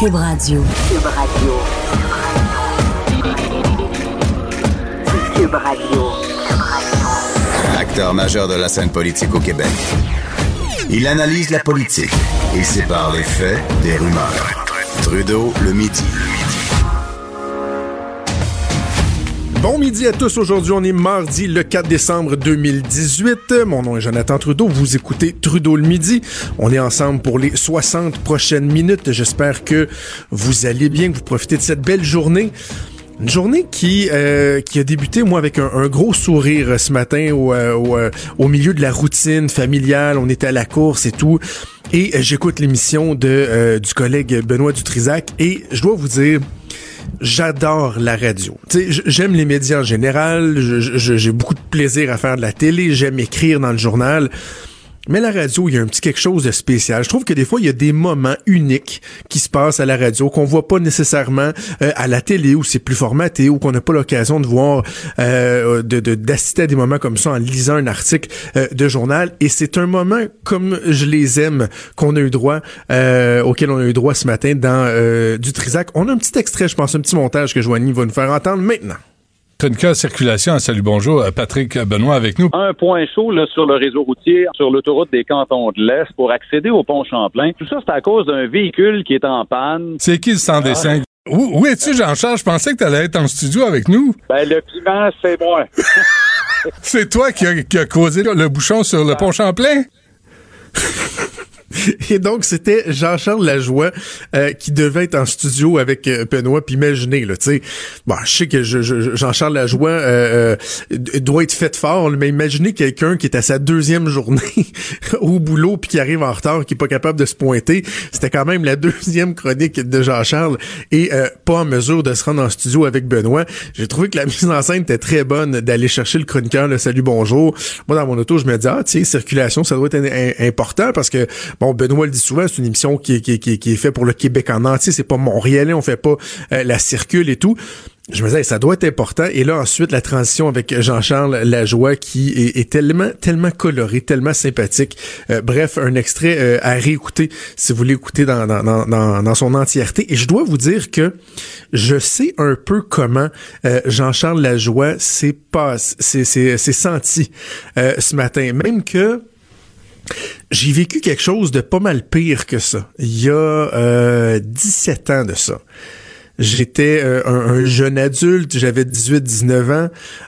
Cube Radio. Cube Radio. Cube Radio. Acteur majeur de la scène politique au Québec. Il analyse la politique et sépare les faits des rumeurs. Trudeau le midi. Bon midi à tous. Aujourd'hui, on est mardi le 4 décembre 2018. Mon nom est Jonathan Trudeau. Vous écoutez Trudeau le midi. On est ensemble pour les 60 prochaines minutes. J'espère que vous allez bien, que vous profitez de cette belle journée. Une journée qui a débuté, moi, avec un gros sourire ce matin au milieu de la routine familiale. On était à la course et tout. Et j'écoute l'émission du collègue Benoît Dutrisac. Et je dois vous dire, j'adore la radio. Tu sais, j'aime les médias en général. J'ai beaucoup de plaisir à faire de la télé. J'aime écrire dans le journal. Mais la radio, il y a un petit quelque chose de spécial. Je trouve que des fois, il y a des moments uniques qui se passent à la radio qu'on voit pas nécessairement à la télé, où c'est plus formaté, ou qu'on n'a pas l'occasion de voir, d'assister à des moments comme ça en lisant un article de journal. Et c'est un moment comme je les aime qu'on a eu droit, auquel on a eu droit ce matin dans Dutrisac. On a un petit extrait, je pense, un petit montage que Joanie va nous faire entendre maintenant. Chroniqueur Circulation, salut, bonjour. Patrick Benoît avec nous. Un point chaud là, sur le réseau routier, sur l'autoroute des Cantons de l'Est, pour accéder au pont Champlain. Tout ça, c'est à cause d'un véhicule qui est en panne. C'est qui le sans-dessin? Où es-tu, Jean-Charles? Je pensais que tu allais être en studio avec nous. Ben, le piment, c'est moi. C'est toi qui a causé le bouchon sur le pont Champlain? Et donc, c'était Jean-Charles Lajoie qui devait être en studio avec Benoît. Puis imaginez, là, tu sais, bon, je sais que Jean-Charles Lajoie doit être fait fort, mais imaginez quelqu'un qui est à sa deuxième journée au boulot puis qui arrive en retard, qui est pas capable de se pointer. C'était quand même la deuxième chronique de Jean-Charles et pas en mesure de se rendre en studio avec Benoît. J'ai trouvé que la mise en scène était très bonne d'aller chercher le chroniqueur, le salut, bonjour. Moi, dans mon auto, je me dis, tiens, circulation, ça doit être important parce que bon, Benoît le dit souvent, c'est une émission qui est faite pour le Québec en entier, c'est pas montréalais, on fait pas la circule et tout. Je me disais, ça doit être important. Et là, ensuite, la transition avec Jean-Charles Lajoie qui est tellement coloré, tellement sympathique. Bref, un extrait à réécouter si vous voulez écouter dans son entièreté. Et je dois vous dire que je sais un peu comment Jean-Charles Lajoie s'est senti ce matin. Même que j'ai vécu quelque chose de pas mal pire que ça. Il y a 17 ans de ça. J'étais un jeune adulte, j'avais 18-19 ans.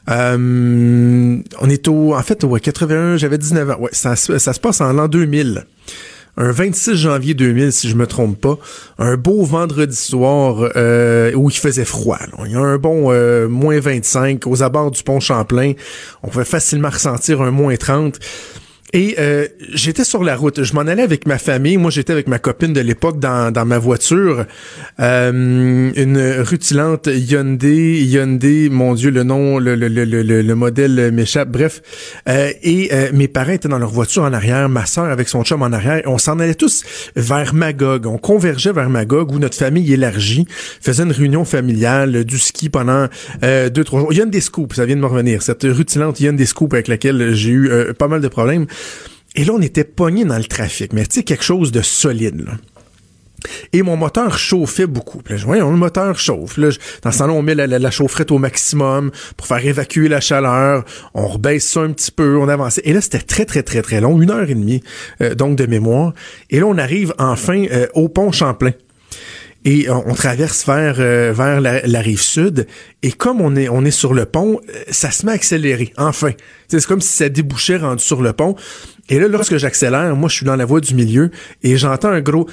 On est au 81, j'avais 19 ans. Ouais, ça se passe en l'an 2000. Un 26 janvier 2000, si je me trompe pas. Un beau vendredi soir où il faisait froid. Là. Il y a un bon moins 25 aux abords du pont Champlain. On pouvait facilement ressentir un moins 30. Et j'étais sur la route. Je m'en allais avec ma famille. Moi, j'étais avec ma copine de l'époque dans ma voiture. Une rutilante Hyundai, mon Dieu, le nom, le modèle m'échappe. Bref. Et mes parents étaient dans leur voiture en arrière. Ma sœur avec son chum en arrière. On s'en allait tous vers Magog. On convergeait vers Magog où notre famille élargie faisait une réunion familiale du ski pendant 2-3 jours. Hyundai Scoop, ça vient de me revenir. Cette rutilante Hyundai Scoop avec laquelle j'ai eu pas mal de problèmes. Et là, on était pognés dans le trafic, mais tu sais, quelque chose de solide, là. Et mon moteur chauffait beaucoup. Puis là, voyons, le moteur chauffe. Là, dans ce temps-là, on met la chaufferette au maximum pour faire évacuer la chaleur. On rebaisse ça un petit peu, on avançait. Et là, c'était très, très, très, très long, 1h30, donc de mémoire. Et là, on arrive enfin au pont Champlain. Et on traverse vers la rive sud. Et comme on est sur le pont, ça se met à accélérer, enfin. T'sais, c'est comme si ça débouchait rendu sur le pont. Et là, lorsque j'accélère, moi, je suis dans la voie du milieu et j'entends un gros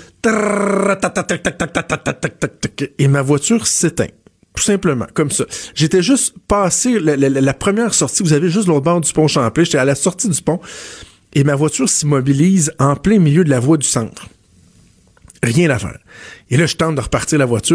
et ma voiture s'éteint. Tout simplement, comme ça. J'étais juste passé la première sortie, vous avez juste l'autre bord du pont Champlain, j'étais à la sortie du pont et ma voiture s'immobilise en plein milieu de la voie du centre. Rien à faire. Et là, je tente de repartir la voiture.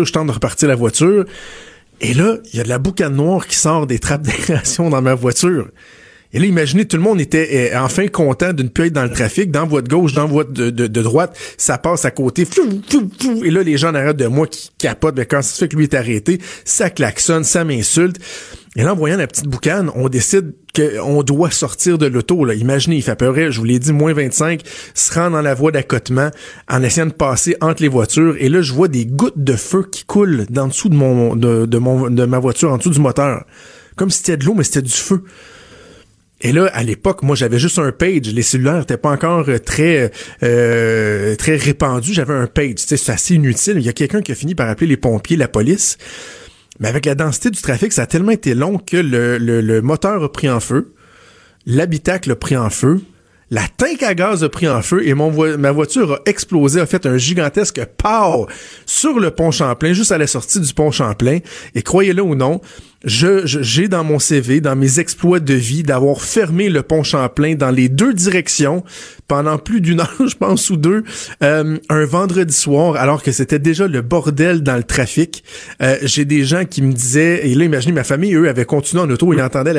Et là, il y a de la boucane noire qui sort des trappes d'aération dans ma voiture. Et là, imaginez, tout le monde était enfin content d'une pu être dans le trafic, dans voie de gauche, dans voie de droite, ça passe à côté, et là, les gens en arrière de moi qui capotent, mais quand ça se fait que lui est arrêté, ça klaxonne, ça m'insulte. Et là, en voyant la petite boucane, on décide qu'on doit sortir de l'auto. Là. Imaginez, il fait peur, je vous l'ai dit, moins 25, se rend dans la voie d'accotement en essayant de passer entre les voitures. Et là, je vois des gouttes de feu qui coulent d'en dessous de ma voiture, en dessous du moteur. Comme si c'était de l'eau, mais c'était du feu. Et là, à l'époque, moi, j'avais juste un page. Les cellulaires n'étaient pas encore très répandus. J'avais un page. Tu sais, c'est assez inutile. Il y a quelqu'un qui a fini par appeler les pompiers, la police. Mais avec la densité du trafic, ça a tellement été long que le moteur a pris en feu, l'habitacle a pris en feu, la tank à gaz a pris en feu et ma voiture a explosé, a fait un gigantesque pow sur le pont Champlain, juste à la sortie du pont Champlain. Et croyez-le ou non, j'ai dans mon CV, dans mes exploits de vie, d'avoir fermé le pont Champlain dans les deux directions pendant plus d'une heure, je pense, ou deux, un vendredi soir, alors que c'était déjà le bordel dans le trafic. J'ai des gens qui me disaient, et là, imaginez, ma famille, eux, avaient continué en auto, ils entendaient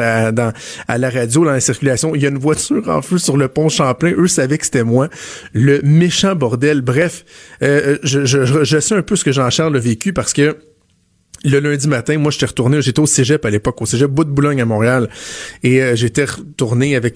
à la radio, dans la circulation, il y a une voiture en feu sur le pont Champlain, eux savaient que c'était moi. Le méchant bordel. Bref, je sais un peu ce que Jean-Charles a vécu parce que le lundi matin, moi, j'étais au cégep à l'époque, au cégep Bois de Boulogne à Montréal, et j'étais retourné avec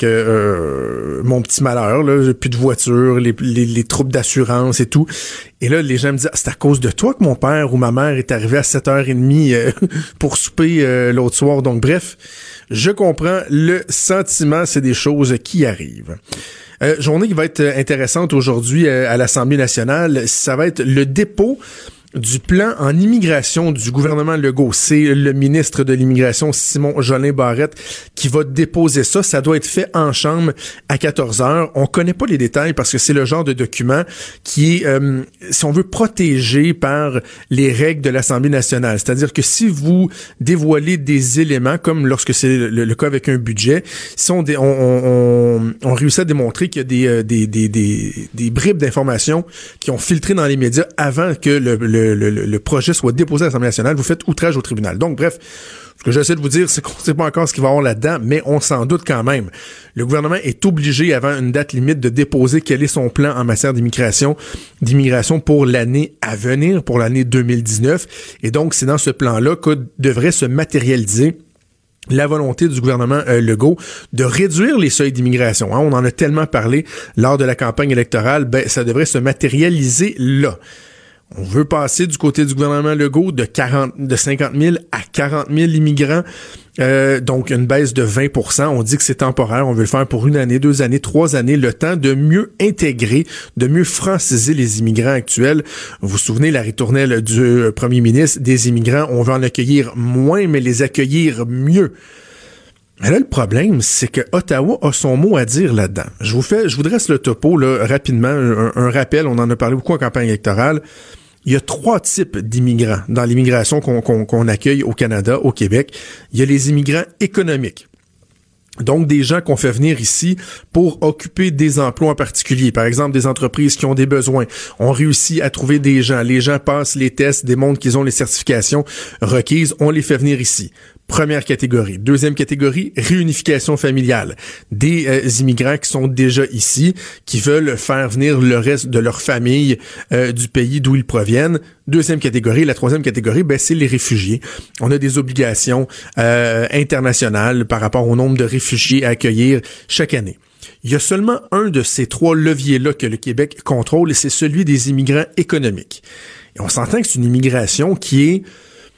mon petit malheur, là, j'ai plus de voiture, les troubles d'assurance et tout. Et là, les gens me disaient, c'est à cause de toi que mon père ou ma mère est arrivé à 7h30 pour souper l'autre soir. Donc, bref, je comprends le sentiment, c'est des choses qui arrivent. Journée qui va être intéressante aujourd'hui à l'Assemblée nationale, ça va être le dépôt du plan en immigration du gouvernement Legault. C'est le ministre de l'immigration, Simon Jolin Barrette, qui va déposer ça. Ça doit être fait en chambre à 14h. On connaît pas les détails parce que c'est le genre de document qui est, si on veut, protégé par les règles de l'Assemblée nationale. C'est-à-dire que si vous dévoilez des éléments, comme lorsque c'est le cas avec un budget, si on réussit à démontrer qu'il y a des bribes d'informations qui ont filtré dans les médias avant que le projet soit déposé à l'Assemblée nationale, vous faites outrage au tribunal. Donc, bref, ce que j'essaie de vous dire, c'est qu'on ne sait pas encore ce qu'il va y avoir là-dedans, mais on s'en doute quand même. Le gouvernement est obligé, avant une date limite, de déposer quel est son plan en matière d'immigration pour l'année à venir, pour l'année 2019. Et donc, c'est dans ce plan-là que devrait se matérialiser la volonté du gouvernement Legault de réduire les seuils d'immigration. On en a tellement parlé lors de la campagne électorale, ça devrait se matérialiser là. On veut passer du côté du gouvernement Legault de 50 000 à 40 000 immigrants, donc une baisse de 20%. On dit que c'est temporaire, on veut le faire pour 1 année, 2 années, 3 années, le temps de mieux intégrer, de mieux franciser les immigrants actuels. Vous vous souvenez la ritournelle du premier ministre, des immigrants, on veut en accueillir moins, mais les accueillir mieux. Mais là, le problème, c'est que Ottawa a son mot à dire là-dedans. Je vous dresse le topo, là, rapidement, un rappel, on en a parlé beaucoup en campagne électorale. Il y a 3 types d'immigrants dans l'immigration qu'on accueille au Canada, au Québec. Il y a les immigrants économiques. Donc, des gens qu'on fait venir ici pour occuper des emplois en particulier. Par exemple, des entreprises qui ont des besoins. On réussit à trouver des gens. Les gens passent les tests, démontrent qu'ils ont les certifications requises. On les fait venir ici. Première catégorie. Deuxième catégorie, réunification familiale. Des immigrants qui sont déjà ici, qui veulent faire venir le reste de leur famille du pays d'où ils proviennent. Deuxième catégorie. La troisième catégorie, c'est les réfugiés. On a des obligations internationales par rapport au nombre de réfugiés à accueillir chaque année. Il y a seulement un de ces 3 leviers-là que le Québec contrôle, et c'est celui des immigrants économiques. Et on s'entend que c'est une immigration qui est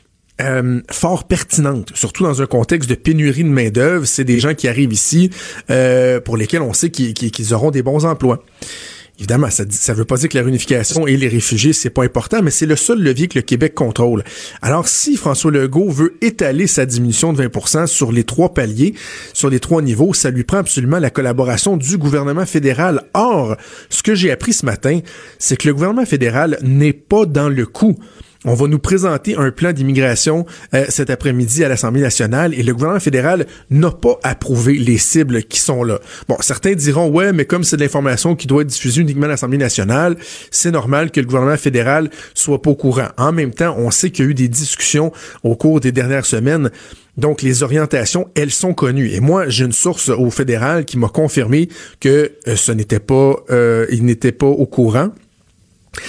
fort pertinente, surtout dans un contexte de pénurie de main-d'œuvre. C'est des gens qui arrivent ici pour lesquels on sait qu'ils auront des bons emplois. Évidemment, ça veut pas dire que la réunification et les réfugiés, c'est pas important, mais c'est le seul levier que le Québec contrôle. Alors, si François Legault veut étaler sa diminution de 20% sur les 3 paliers, sur les 3 niveaux, ça lui prend absolument la collaboration du gouvernement fédéral. Or, ce que j'ai appris ce matin, c'est que le gouvernement fédéral n'est pas dans le coup. On va nous présenter un plan d'immigration cet après-midi à l'Assemblée nationale et le gouvernement fédéral n'a pas approuvé les cibles qui sont là. Bon, certains diront, ouais, mais comme c'est de l'information qui doit être diffusée uniquement à l'Assemblée nationale, c'est normal que le gouvernement fédéral soit pas au courant. En même temps, on sait qu'il y a eu des discussions au cours des dernières semaines. Donc, les orientations, elles sont connues. Et moi, j'ai une source au fédéral qui m'a confirmé que il n'était pas au courant.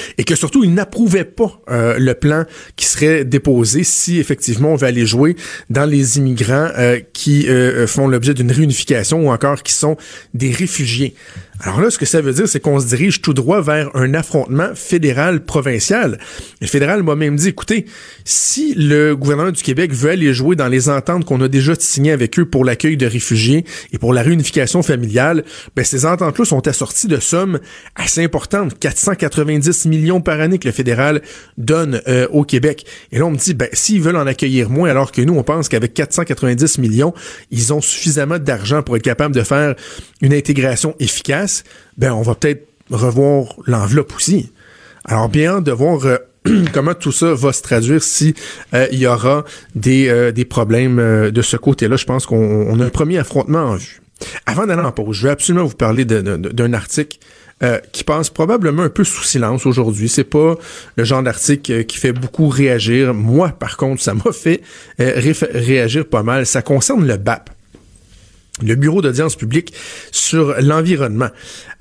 et que surtout, il n'approuvait pas le plan qui serait déposé si effectivement on veut aller jouer dans les immigrants qui font l'objet d'une réunification ou encore qui sont des réfugiés. Alors là, ce que ça veut dire, c'est qu'on se dirige tout droit vers un affrontement fédéral-provincial. Le fédéral m'a même dit, écoutez, si le gouvernement du Québec veut aller jouer dans les ententes qu'on a déjà signées avec eux pour l'accueil de réfugiés et pour la réunification familiale, ben ces ententes-là sont assorties de sommes assez importantes, 490 millions par année que le fédéral donne au Québec. Et là, on me dit, ben s'ils veulent en accueillir moins, alors que nous, on pense qu'avec 490 millions, ils ont suffisamment d'argent pour être capables de faire une intégration efficace, ben on va peut-être revoir l'enveloppe aussi. Alors bien hâte de voir comment tout ça va se traduire si il y aura des problèmes de ce côté-là. Je pense qu'on a un premier affrontement en vue. Avant d'aller en pause, je vais absolument vous parler d'un article qui passe probablement un peu sous silence aujourd'hui. C'est pas le genre d'article qui fait beaucoup réagir. Moi, par contre, ça m'a fait réagir pas mal. Ça concerne le BAP. Le Bureau d'audience publique sur l'environnement.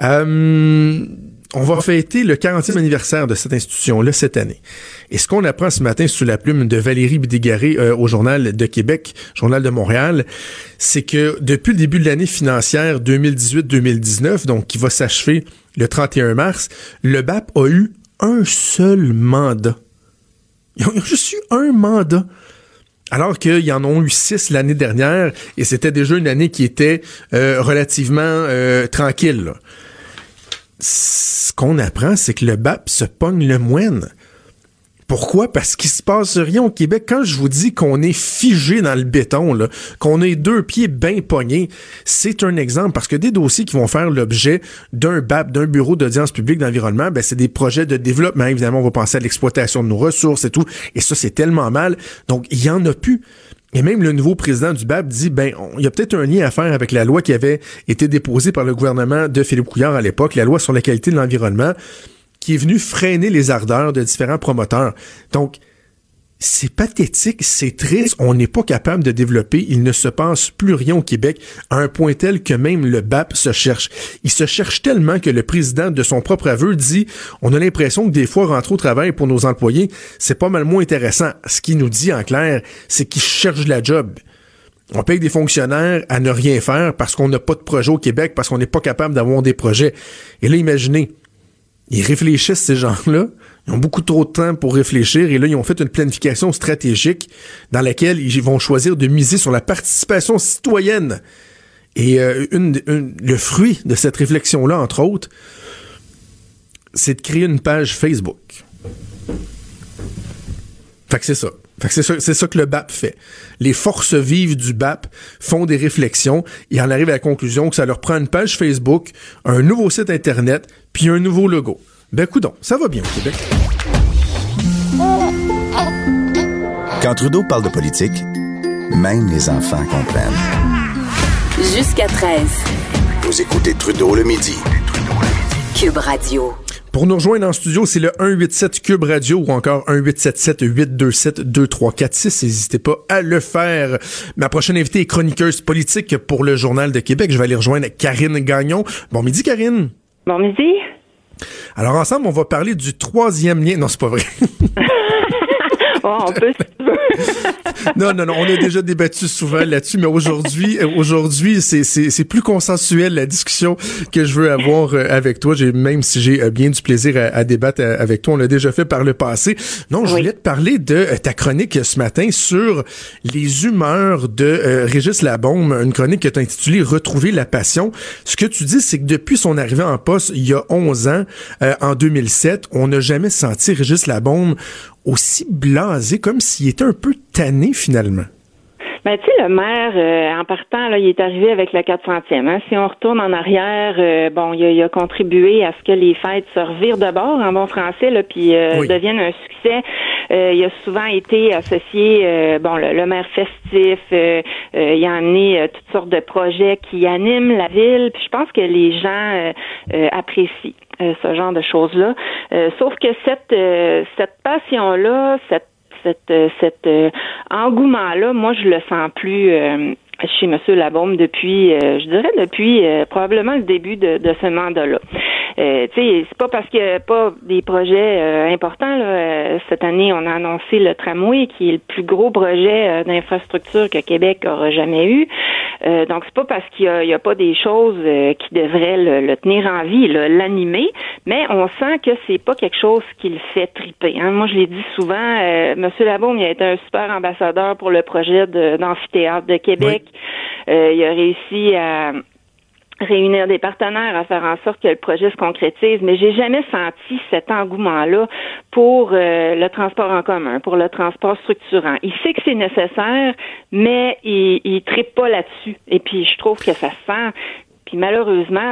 On va fêter le 40e anniversaire de cette institution-là cette année. Et ce qu'on apprend ce matin sous la plume de Valérie Bidégaré au Journal de Québec, Journal de Montréal, c'est que depuis le début de l'année financière 2018-2019, donc qui va s'achever le 31 mars, le BAP a eu un seul mandat. Ils ont juste eu un mandat. Alors qu'ils en ont eu 6 l'année dernière, et c'était déjà une année qui était relativement tranquille. Là. Ce qu'on apprend, c'est que le BAP se pogne le moine. Pourquoi? Parce qu'il se passe rien au Québec. Quand je vous dis qu'on est figé dans le béton, là, qu'on a 2 pieds bien pognés, c'est un exemple. Parce que des dossiers qui vont faire l'objet d'un BAP, d'un bureau d'audience publique d'environnement, ben c'est des projets de développement. Évidemment, on va penser à l'exploitation de nos ressources et tout. Et ça, c'est tellement mal. Donc, il y en a plus. Et même le nouveau président du BAP dit, il y a peut-être un lien à faire avec la loi qui avait été déposée par le gouvernement de Philippe Couillard à l'époque, la loi sur la qualité de l'environnement, qui est venue freiner les ardeurs de différents promoteurs. Donc, c'est pathétique, c'est triste, on n'est pas capable de développer, il ne se passe plus rien au Québec, à un point tel que même le BAP se cherche. Il se cherche tellement que le président, de son propre aveu, dit « On a l'impression que des fois, rentrer au travail pour nos employés, c'est pas mal moins intéressant. » Ce qu'il nous dit en clair, c'est qu'il cherche la job. On paye des fonctionnaires à ne rien faire parce qu'on n'a pas de projet au Québec, parce qu'on n'est pas capable d'avoir des projets. Et là, imaginez, ils réfléchissent, ces gens-là. Ils ont beaucoup trop de temps pour réfléchir. Et là, ils ont fait une planification stratégique dans laquelle ils vont choisir de miser sur la participation citoyenne. Et le fruit de cette réflexion-là, entre autres, c'est de créer une page Facebook. Fait que c'est ça. C'est ça que le BAP fait. Les forces vives du BAP font des réflexions et en arrivent à la conclusion que ça leur prend une page Facebook, un nouveau site Internet, puis un nouveau logo. Ben coudonc, ça va bien au Québec. Quand Trudeau parle de politique, même les enfants comprennent. Jusqu'à 13. Vous écoutez Trudeau le midi. Cube Radio. Pour nous rejoindre en studio, c'est le 187 Cube Radio ou encore 1877-827-2346. N'hésitez pas à le faire. Ma prochaine invitée est chroniqueuse politique pour le Journal de Québec. Je vais aller rejoindre Karine Gagnon. Bon midi, Karine. Bon midi. Alors, ensemble, on va parler du 3e lien. Non, c'est pas vrai. Oh, on peut. Non, on a déjà débattu souvent là-dessus, mais aujourd'hui, c'est plus consensuel la discussion que je veux avoir avec toi. Même si j'ai bien du plaisir à débattre avec toi, on l'a déjà fait par le passé. Non, je voulais te parler de ta chronique ce matin sur les humeurs de Régis Labaume, une chronique que tu as intitulée « Retrouver la passion ». Ce que tu dis, c'est que depuis son arrivée en poste, il y a 11 ans, en 2007, on n'a jamais senti Régis Labaume aussi blasé, comme s'il était un peu tanné, finalement. Ben, tu sais, le maire, en partant, là, il est arrivé avec le 400e. Hein. Si on retourne en arrière, il a contribué à ce que les fêtes se revirent de bord, en bon français, là, puis deviennent un succès. Il a souvent été associé, le maire festif, il a amené toutes sortes de projets qui animent la ville, puis je pense que les gens apprécient ce genre de choses-là. Sauf que cette passion-là, cet engouement-là, moi, je le sens plus chez M. Labaume depuis probablement le début de ce mandat-là. c'est pas parce qu'il n'y a pas des projets importants. Là. Cette année, on a annoncé le tramway, qui est le plus gros projet d'infrastructure que Québec aura jamais eu. Donc, c'est pas parce qu'il y a pas des choses qui devraient le tenir en vie, l'animer, mais on sent que c'est pas quelque chose qui le fait triper. Hein. Moi, je l'ai dit souvent, M. Labaume, il a été un super ambassadeur pour le projet d'amphithéâtre de Québec. Oui. Il a réussi à réunir des partenaires, à faire en sorte que le projet se concrétise, mais j'ai jamais senti cet engouement-là pour le transport en commun, pour le transport structurant. Il sait que c'est nécessaire, mais il trippe pas là-dessus. Et puis, je trouve que ça se sent. Puis malheureusement,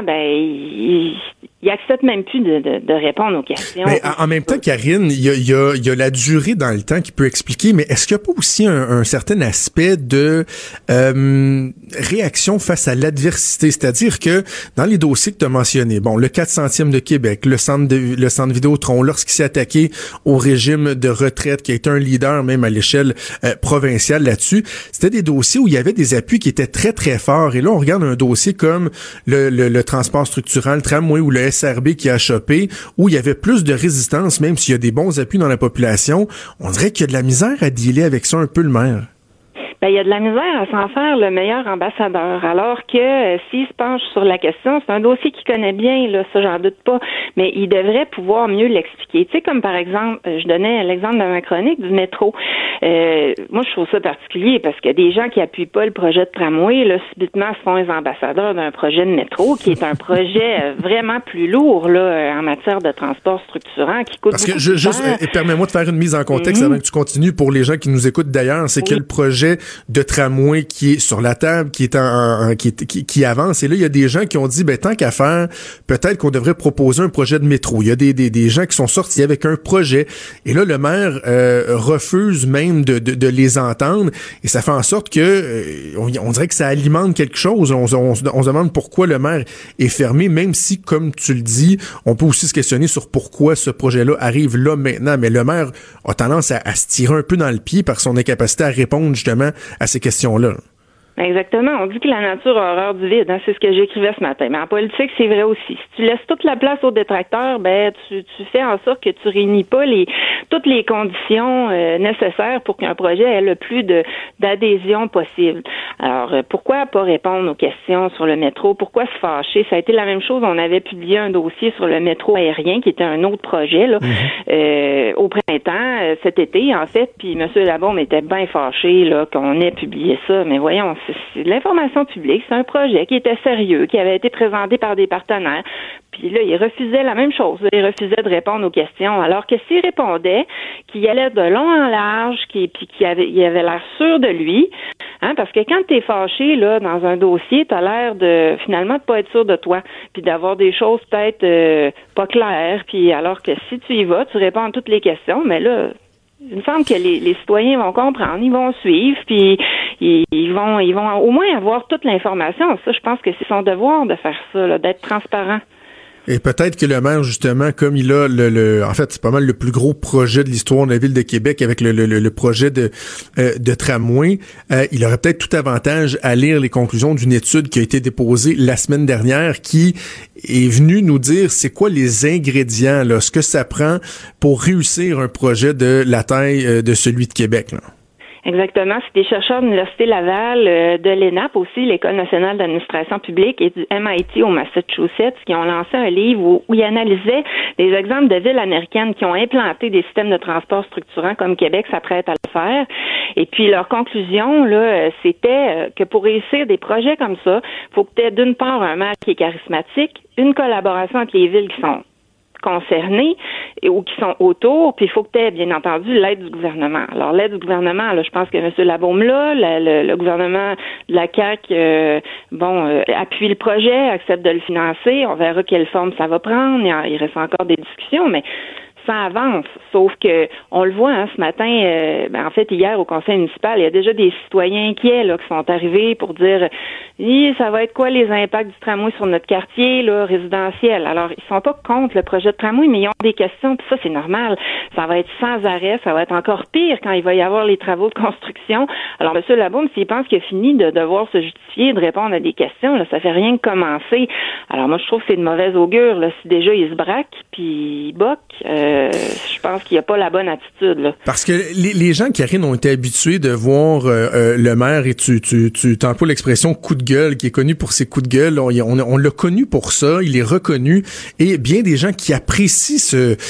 il accepte même plus de répondre aux questions. Mais en même temps, Karine, il y a la durée dans le temps qui peut expliquer, mais est-ce qu'il n'y a pas aussi un certain aspect de réaction face à l'adversité? C'est-à-dire que dans les dossiers que tu as mentionnés, le 400e de Québec, le centre Vidéotron, lorsqu'il s'est attaqué au régime de retraite, qui a été un leader même à l'échelle provinciale là-dessus, c'était des dossiers où il y avait des appuis qui étaient très, très forts. Et là, on regarde un dossier comme le transport structurant, le tramway ou le SRB qui a chopé, où il y avait plus de résistance, même s'il y a des bons appuis dans la population. On dirait qu'il y a de la misère à dealer avec ça un peu, le maire. Il y a de la misère à s'en faire le meilleur ambassadeur, alors que s'il se penche sur la question, c'est un dossier qu'il connaît bien, là, ça j'en doute pas, mais il devrait pouvoir mieux l'expliquer. Tu sais, comme par exemple, je donnais l'exemple de ma chronique du métro. Moi, je trouve ça particulier parce que des gens qui appuient pas le projet de tramway, là, subitement se font les ambassadeurs d'un projet de métro qui est un projet vraiment plus lourd là en matière de transport structurant, qui coûte beaucoup plus cher. Permets-moi de faire une mise en contexte avant que tu continues pour les gens qui nous écoutent d'ailleurs, c'est que le projet de tramway qui est sur la table, qui est qui avance. Et là, il y a des gens qui ont dit, tant qu'à faire, peut-être qu'on devrait proposer un projet de métro. Il y a des gens qui sont sortis avec un projet. Et là, le maire refuse même de les entendre. Et ça fait en sorte que on dirait que ça alimente quelque chose. On se demande pourquoi le maire est fermé, même si, comme tu le dis, on peut aussi se questionner sur pourquoi ce projet-là arrive là maintenant. Mais le maire a tendance à se tirer un peu dans le pied par son incapacité à répondre justement à ces questions-là. Exactement. On dit que la nature a horreur du vide. Hein? C'est ce que j'écrivais ce matin. Mais en politique, c'est vrai aussi. Si tu laisses toute la place aux détracteurs, tu fais en sorte que tu réunis pas toutes les conditions nécessaires pour qu'un projet ait le plus d'adhésion possible. Alors, pourquoi pas répondre aux questions sur le métro? Pourquoi se fâcher? Ça a été la même chose. On avait publié un dossier sur le métro aérien, qui était un autre projet, là, au printemps, cet été, en fait. Puis M. Labaume était bien fâché là, qu'on ait publié ça. Mais voyons, c'est de l'information publique, c'est un projet qui était sérieux, qui avait été présenté par des partenaires. Puis là, il refusait la même chose. Il refusait de répondre aux questions. Alors que s'il répondait, qu'il allait de long en large, qu'il avait l'air sûr de lui, hein, parce que quand t'es fâché là dans un dossier, t'as l'air de finalement de pas être sûr de toi, puis d'avoir des choses peut-être pas claires. Puis alors que si tu y vas, tu réponds à toutes les questions, mais là, il me semble que les citoyens vont comprendre, ils vont suivre, puis ils vont au moins avoir toute l'information. Ça, je pense que c'est son devoir de faire ça, là, d'être transparent. Et peut-être que le maire, justement, comme il a en fait, c'est pas mal le plus gros projet de l'histoire de la ville de Québec avec le projet de tramway, il aurait peut-être tout avantage à lire les conclusions d'une étude qui a été déposée la semaine dernière, qui est venue nous dire c'est quoi les ingrédients, là, ce que ça prend pour réussir un projet de la taille de celui de Québec, là. Exactement. C'est des chercheurs de l'Université Laval, de l'ENAP aussi, l'École nationale d'administration publique, et du MIT au Massachusetts, qui ont lancé un livre où ils analysaient des exemples de villes américaines qui ont implanté des systèmes de transport structurants comme Québec s'apprête à le faire. Et puis leur conclusion, là, c'était que pour réussir des projets comme ça, il faut que tu aies d'une part un maire qui est charismatique, une collaboration entre les villes qui sont concernés ou qui sont autour, puis il faut que tu aies, bien entendu, l'aide du gouvernement. Alors, l'aide du gouvernement, là, je pense que M. Labaume, là, le gouvernement de la CAQ, appuie le projet, accepte de le financer, on verra quelle forme ça va prendre, il reste encore des discussions, mais ça avance. Sauf que on le voit ce matin, en fait hier au conseil municipal, il y a déjà des citoyens inquiets là, qui sont arrivés pour dire ça va être quoi les impacts du tramway sur notre quartier là, résidentiel. Alors, ils sont pas contre le projet de tramway, mais ils ont des questions, puis ça, c'est normal. Ça va être sans arrêt, ça va être encore pire quand il va y avoir les travaux de construction. Alors, M. Labaume, s'il pense qu'il a fini de devoir se justifier, de répondre à des questions, là, ça fait rien que commencer. Alors, moi, je trouve que c'est de mauvaise augure, là. Si déjà il se braque, puis il boque, je pense qu'il n'y a pas la bonne attitude, là. Parce que les gens, Karine, ont été habitués de voir le maire, et tu t'emploies l'expression coup de gueule, qui est connu pour ses coups de gueule. On l'a connu pour ça, il est reconnu, et bien des gens qui apprécient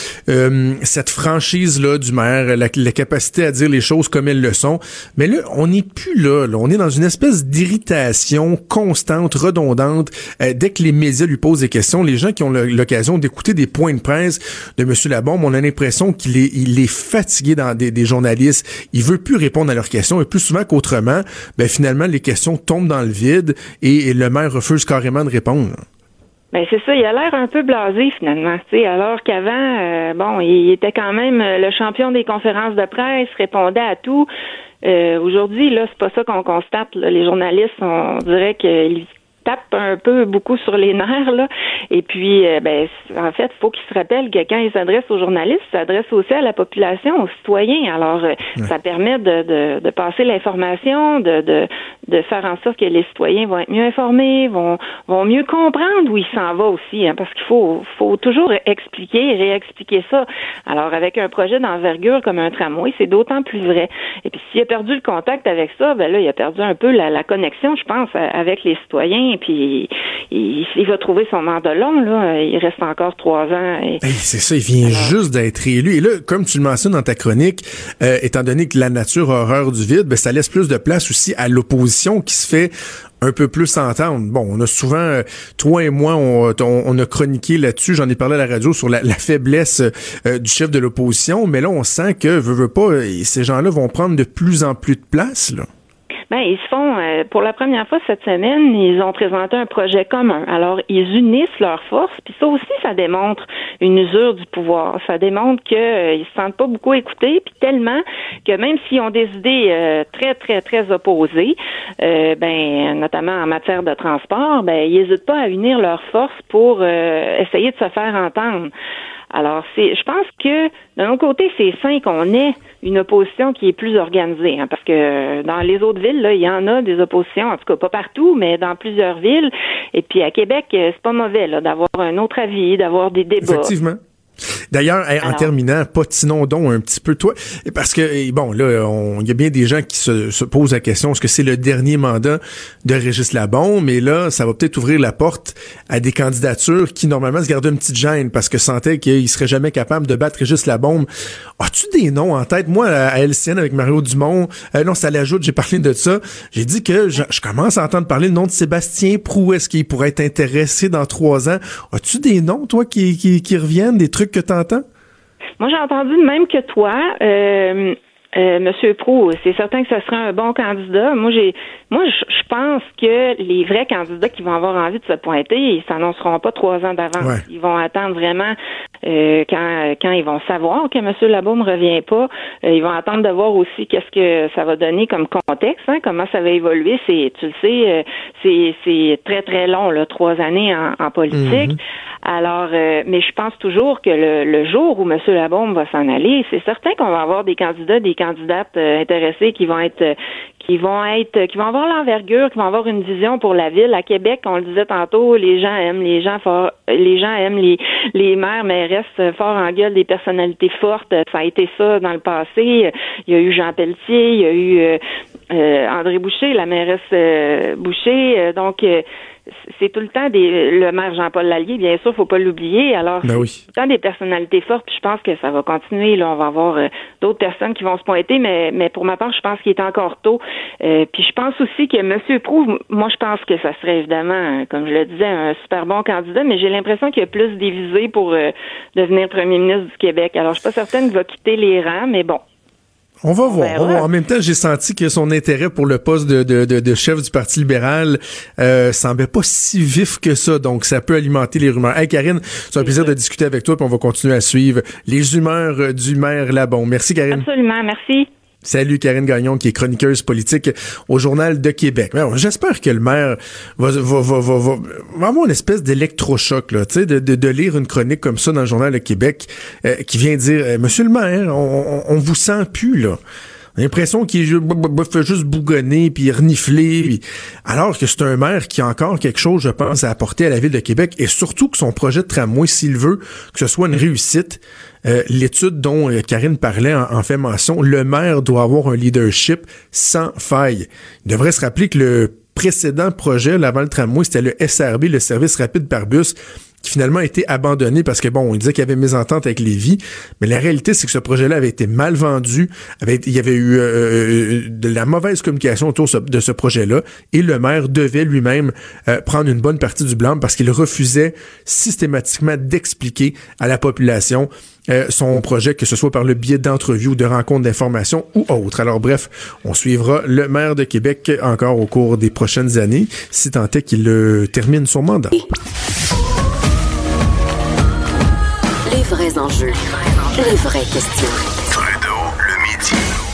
cette franchise-là du maire, la capacité à dire les choses comme elles le sont. Mais là, on n'est plus là. On est dans une espèce d'irritation constante, redondante. Dès que les médias lui posent des questions, les gens qui ont l'occasion d'écouter des points de presse de M. Labaume, on a l'impression qu'il est fatigué dans des journalistes. Il veut plus répondre à leurs questions, et plus souvent qu'autrement, finalement, les questions tombent dans le vide et le maire refuse carrément de répondre. Ben c'est ça, il a l'air un peu blasé finalement, tu sais, alors qu'avant, il était quand même le champion des conférences de presse, répondait à tout. Aujourd'hui, là, c'est pas ça qu'on constate. Là. Les journalistes, on dirait qu'ils tape un peu beaucoup sur les nerfs, là. Et puis, en fait, il faut qu'il se rappelle que quand il s'adresse aux journalistes, il s'adresse aussi à la population, aux citoyens. Alors, ça permet de passer l'information, de faire en sorte que les citoyens vont être mieux informés, vont mieux comprendre où il s'en va aussi, hein, parce qu'il faut toujours expliquer et réexpliquer ça. Alors, avec un projet d'envergure comme un tramway, c'est d'autant plus vrai. Et puis, s'il a perdu le contact avec ça, là, il a perdu un peu la connexion, je pense, avec les citoyens. Puis il va trouver son mandat long, là. Il reste encore 3 ans. C'est ça, il vient juste d'être réélu. Et là, comme tu le mentionnes dans ta chronique, étant donné que la nature a horreur du vide, ça laisse plus de place aussi à l'opposition qui se fait un peu plus entendre. Bon, on a souvent, toi et moi, on a chroniqué là-dessus, j'en ai parlé à la radio sur la faiblesse du chef de l'opposition, mais là, on sent que, veut pas, ces gens-là vont prendre de plus en plus de place, là. Ils se font, pour la première fois cette semaine, ils ont présenté un projet commun. Alors, ils unissent leurs forces, puis ça aussi, ça démontre une usure du pouvoir. Ça démontre qu'ils se sentent pas beaucoup écoutés, puis tellement que même s'ils ont des idées très, très, très opposées, notamment en matière de transport, ils n'hésitent pas à unir leurs forces pour essayer de se faire entendre. Alors, je pense que, d'un autre côté, c'est sain qu'on ait une opposition qui est plus organisée, hein, parce que dans les autres villes, là, il y en a des oppositions, en tout cas pas partout, mais dans plusieurs villes. Et puis à Québec, c'est pas mauvais là, d'avoir un autre avis, d'avoir des débats. Effectivement. D'ailleurs, en terminant, patinons donc un petit peu toi, parce que bon là, il y a bien des gens qui se posent la question, est-ce que c'est le dernier mandat de Régis Labaume? Mais là, ça va peut-être ouvrir la porte à des candidatures qui normalement se gardaient une petite gêne parce que sentaient qu'ils seraient jamais capables de battre Régis Labaume. As-tu des noms en tête? Moi, à LCN avec Mario Dumont, non, ça l'ajoute, j'ai parlé de ça. J'ai dit que je commence à entendre parler le nom de Sébastien Proulx. Est-ce qu'il pourrait être intéressé dans 3 ans? As-tu des noms, toi, qui reviennent, des trucs que t'entends? Moi, j'ai entendu de même que toi, Monsieur Proulx. C'est certain que ce serait un bon candidat. Moi, je pense que les vrais candidats qui vont avoir envie de se pointer, ils s'annonceront pas 3 ans d'avance. Ouais. Ils vont attendre vraiment quand ils vont savoir que M. Labaume revient pas. Ils vont attendre de voir aussi qu'est-ce que ça va donner comme contexte, hein, comment ça va évoluer. Tu le sais, c'est très très long, là, 3 années en politique. Mm-hmm. Alors, mais je pense toujours que le jour où M. Labaume va s'en aller, c'est certain qu'on va avoir des candidats, des candidates intéressés qui vont avoir l'envergure, qui vont avoir une vision pour la ville. À Québec, on le disait tantôt, les gens aiment les maires, mairesses forts en gueule, des personnalités fortes. Ça a été ça dans le passé. Il y a eu Jean Pelletier, il y a eu André Boucher, la mairesse Boucher. Donc c'est tout le temps le maire Jean-Paul Lallier, bien sûr, faut pas l'oublier. Alors, c'est tout le temps des personnalités fortes, puis je pense que ça va continuer. Là, on va avoir d'autres personnes qui vont se pointer, mais pour ma part, je pense qu'il est encore tôt. Puis je pense aussi que M. Proulx, moi, je pense que ça serait évidemment, comme je le disais, un super bon candidat, mais j'ai l'impression qu'il y a plus dévisé pour devenir premier ministre du Québec. Alors, je suis pas certaine qu'il va quitter les rangs, mais bon. On va voir. En même temps, j'ai senti que son intérêt pour le poste de chef du Parti libéral semblait pas si vif que ça. Donc, ça peut alimenter les rumeurs. Hey, Karine, c'est un plaisir de discuter avec toi, puis on va continuer à suivre les humeurs du maire Labon. Merci, Karine. Absolument, merci. Salut, Karine Gagnon, qui est chroniqueuse politique au Journal de Québec. Alors, j'espère que le maire va avoir une espèce d'électrochoc, là, tu sais, de lire une chronique comme ça dans le Journal de Québec, qui vient dire, Monsieur le maire, on vous sent plus, là. On a l'impression qu'il fait juste bougonner puis renifler, puis alors que c'est un maire qui a encore quelque chose, je pense, à apporter à la Ville de Québec, et surtout que son projet de tramway, s'il veut que ce soit une réussite, l'étude dont Karine parlait en fait mention, le maire doit avoir un leadership sans faille. Il devrait se rappeler que le précédent projet, l'avant le tramway, c'était le SRB, le service rapide par bus, qui finalement a été abandonné parce que, bon, on disait qu'il y avait mésentente avec Lévis, mais la réalité, c'est que ce projet-là avait été mal vendu, il y avait eu de la mauvaise communication autour de ce projet-là, et le maire devait lui-même prendre une bonne partie du blâme parce qu'il refusait systématiquement d'expliquer à la population son projet, que ce soit par le biais d'entrevues ou de rencontres d'informations ou autres. Alors bref, on suivra le maire de Québec encore au cours des prochaines années, si tant est qu'il termine son mandat. Les vrais enjeux, les vraies questions. Trudeau, le midi.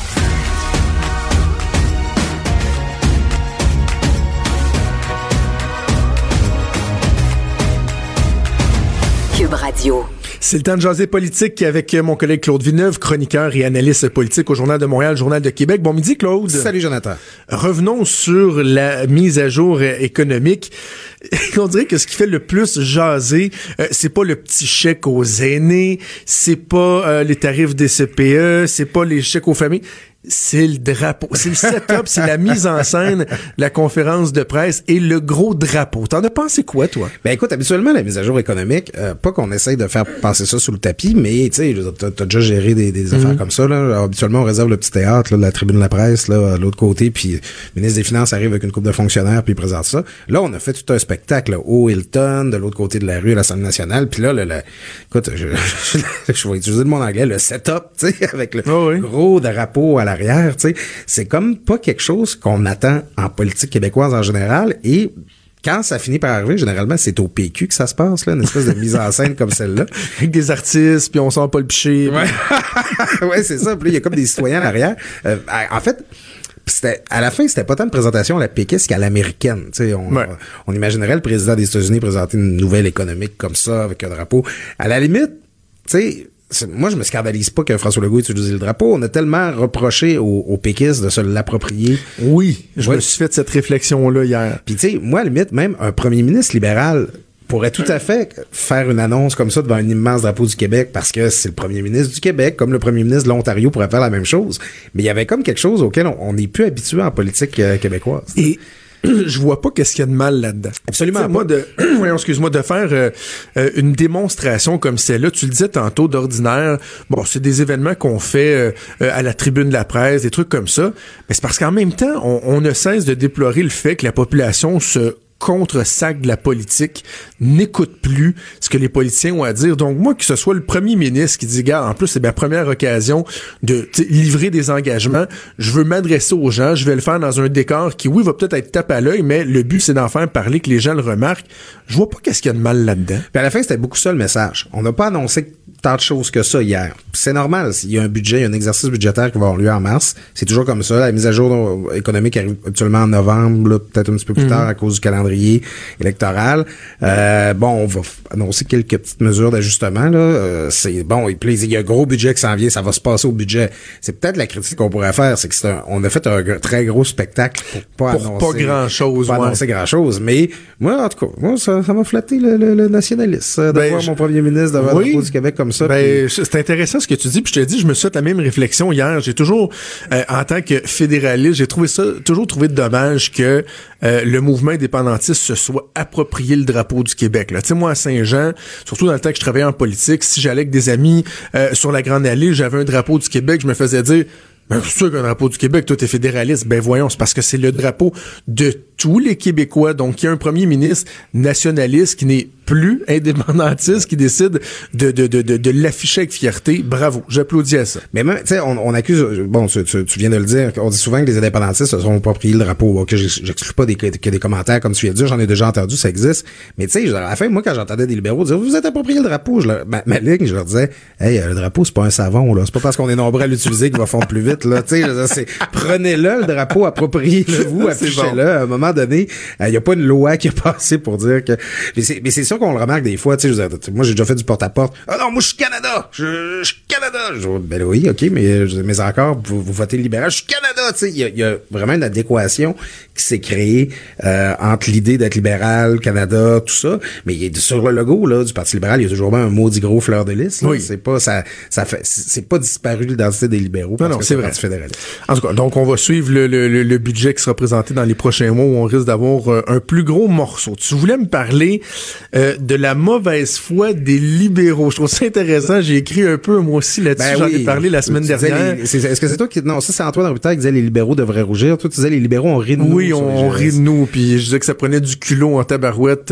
Cube Radio. C'est le temps de jaser politique avec mon collègue Claude Villeneuve, chroniqueur et analyste politique au Journal de Montréal, Journal de Québec. Bon midi, Claude. Salut, Jonathan. Revenons sur la mise à jour économique. On dirait que ce qui fait le plus jaser, c'est pas le petit chèque aux aînés, c'est pas les tarifs des CPE, c'est pas les chèques aux familles. C'est le drapeau, c'est le setup, c'est la mise en scène, la conférence de presse et le gros drapeau. T'en as pensé quoi, toi? Ben écoute, habituellement, la mise à jour économique, pas qu'on essaye de faire passer ça sous le tapis, mais tu sais, t'as déjà géré des affaires comme ça, là. Alors, habituellement, on réserve le petit théâtre, là, la tribune de la presse, là, à l'autre côté, puis le ministre des Finances arrive avec une couple de fonctionnaires, puis il présente ça. Là, on a fait tout un spectacle, là, au Hilton, de l'autre côté de la rue, à l'Assemblée nationale, puis là, écoute, je vais utiliser de mon anglais, le setup, tu sais, avec le gros drapeau à l'arrière, tu sais, c'est comme pas quelque chose qu'on attend en politique québécoise en général, et quand ça finit par arriver, généralement, c'est au PQ que ça se passe, là, une espèce de mise en scène comme celle-là. Avec des artistes, puis on sent pas le piché. Ouais, ouais, c'est ça. Puis là, il y a comme des citoyens à l'arrière. En fait, à la fin, c'était pas tant une présentation à la péquiste qu'à l'américaine. Tu sais, on imaginerait le président des États-Unis présenter une nouvelle économique comme ça, avec un drapeau. À la limite, tu sais, moi, je me scandalise pas que François Legault ait utilisé le drapeau. On a tellement reproché aux péquistes de se l'approprier. Oui, je me suis fait cette réflexion-là hier. Puis tu sais, moi, à la limite, même un premier ministre libéral pourrait tout à fait faire une annonce comme ça devant un immense drapeau du Québec parce que c'est le premier ministre du Québec, comme le premier ministre de l'Ontario pourrait faire la même chose. Mais il y avait comme quelque chose auquel on n'est plus habitué en politique québécoise. Et je vois pas qu'est-ce qu'il y a de mal là-dedans. Absolument pas. Excuse-moi, de faire une démonstration comme celle-là, tu le disais tantôt, d'ordinaire, bon, c'est des événements qu'on fait à la tribune de la presse, des trucs comme ça, mais c'est parce qu'en même temps, on ne cesse de déplorer le fait que la population se contre-sac de la politique, n'écoute plus ce que les politiciens ont à dire. Donc, moi, que ce soit le premier ministre qui dit, gars, en plus, c'est ma première occasion de livrer des engagements, je veux m'adresser aux gens, je vais le faire dans un décor qui, oui, va peut-être être tape à l'œil, mais le but, c'est d'en faire parler, que les gens le remarquent. Je vois pas qu'est-ce qu'il y a de mal là-dedans. Puis à la fin, c'était beaucoup ça le message. On n'a pas annoncé tant de choses que ça hier. C'est normal, il y a un budget, il y a un exercice budgétaire qui va avoir lieu en mars. C'est toujours comme ça. La mise à jour économique arrive actuellement en novembre, là, peut-être un petit peu plus tard à cause du calendrier électoral. On va annoncer quelques petites mesures d'ajustement, là. C'est bon, et puis il y a un gros budget qui s'en vient, ça va se passer au budget. C'est peut-être la critique qu'on pourrait faire, c'est que on a fait un très gros spectacle pour pas annoncer grand-chose. Mais moi, en tout cas, moi, ça m'a flatté le nationaliste de voir mon premier ministre devant le drapeau du Québec comme ça. C'est intéressant ce que tu dis, puis je te dis, je me suis fait la même réflexion hier. J'ai toujours, en tant que fédéraliste, j'ai toujours trouvé dommage que le mouvement indépendantiste se soit approprié le drapeau du Québec. Tu sais, moi, à Saint-Jean, surtout dans le temps que je travaillais en politique, si j'allais avec des amis sur la Grande Allée, j'avais un drapeau du Québec, je me faisais dire... Ben, c'est sûr qu'un drapeau du Québec, toi, t'es fédéraliste. Ben, voyons, c'est parce que c'est le drapeau de tous les Québécois. Donc, il y a un premier ministre nationaliste qui n'est plus indépendantiste, qui décide de l'afficher avec fierté. Bravo, j'applaudis à ça. Mais même, tu sais, on accuse, bon, tu viens de le dire, on dit souvent que les indépendantistes se sont appropriés le drapeau. Ok, j'exclus pas que des commentaires comme tu viens de dire, j'en ai déjà entendu, ça existe. Mais tu sais, à la fin, moi, quand j'entendais des libéraux dire, vous êtes approprié le drapeau, ma ligne, je leur disais, hey, le drapeau, c'est pas un savon, là. C'est pas parce qu'on est nombreux à l'utiliser qu'il va fondre plus vite, là. Tu sais, prenez-le, le drapeau, appropriez-le, vous, affichez-le. Bon. À un moment donné, il y a pas une loi qui est passée pour dire que, mais c'est sûr qu'on le remarque des fois, tu sais, moi, j'ai déjà fait du porte-à-porte. Ah non, moi, je suis Canada! Je suis Canada! Ben oui, ok, mais encore, vous votez libéral, je suis Canada! Tu sais, il y a vraiment une adéquation qui s'est créée, entre l'idée d'être libéral, Canada, tout ça. Mais sur le logo, là, du Parti libéral, il y a toujours bien un maudit gros fleur de lys, là. Oui. C'est pas, c'est pas disparu l'identité des libéraux. Non, c'est vrai. En tout cas, donc, on va suivre le budget qui sera présenté dans les prochains mois où on risque d'avoir un plus gros morceau. Tu voulais me parler, de la mauvaise foi des libéraux. Je trouve ça intéressant. J'ai écrit un peu, moi aussi, là-dessus. J'en ai parlé la semaine dernière. Est-ce que c'est toi qui... Non, ça, c'est Antoine Robitaille qui disait les libéraux devraient rougir. Toi, tu disais les libéraux, on rit de nous. Oui, on rit de nous. Puis je disais que ça prenait du culot en tabarouette